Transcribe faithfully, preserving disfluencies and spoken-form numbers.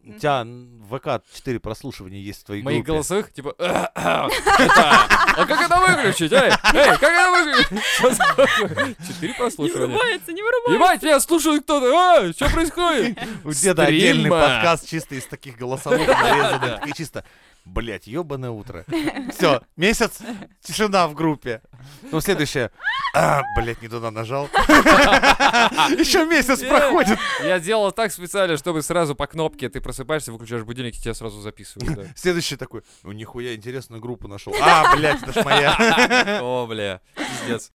У тебя в ВК четыре прослушивания есть в твоей Моих группе. голосовых, типа... это, а как это выключить? Эй, эй, как это выключить? Что за такое? Четыре Не прослушивания. вырубается, не вырубается. Ебать, меня слушает кто-то! А, что происходит? У деда отдельный Стрима. подкаст чисто из таких голосовых нарезанных. И чисто, блять, ебаное утро. Все, месяц, тишина в группе. Ну, следующее. А, блять, не туда нажал. Еще месяц проходит. Я делал так специально, чтобы сразу по кнопке ты просыпаешься, выключаешь будильник, и тебя сразу записывают. да. Следующий такой, ну нихуя, интересную группу нашел. А, блять, это ж моя. О, бля, пиздец.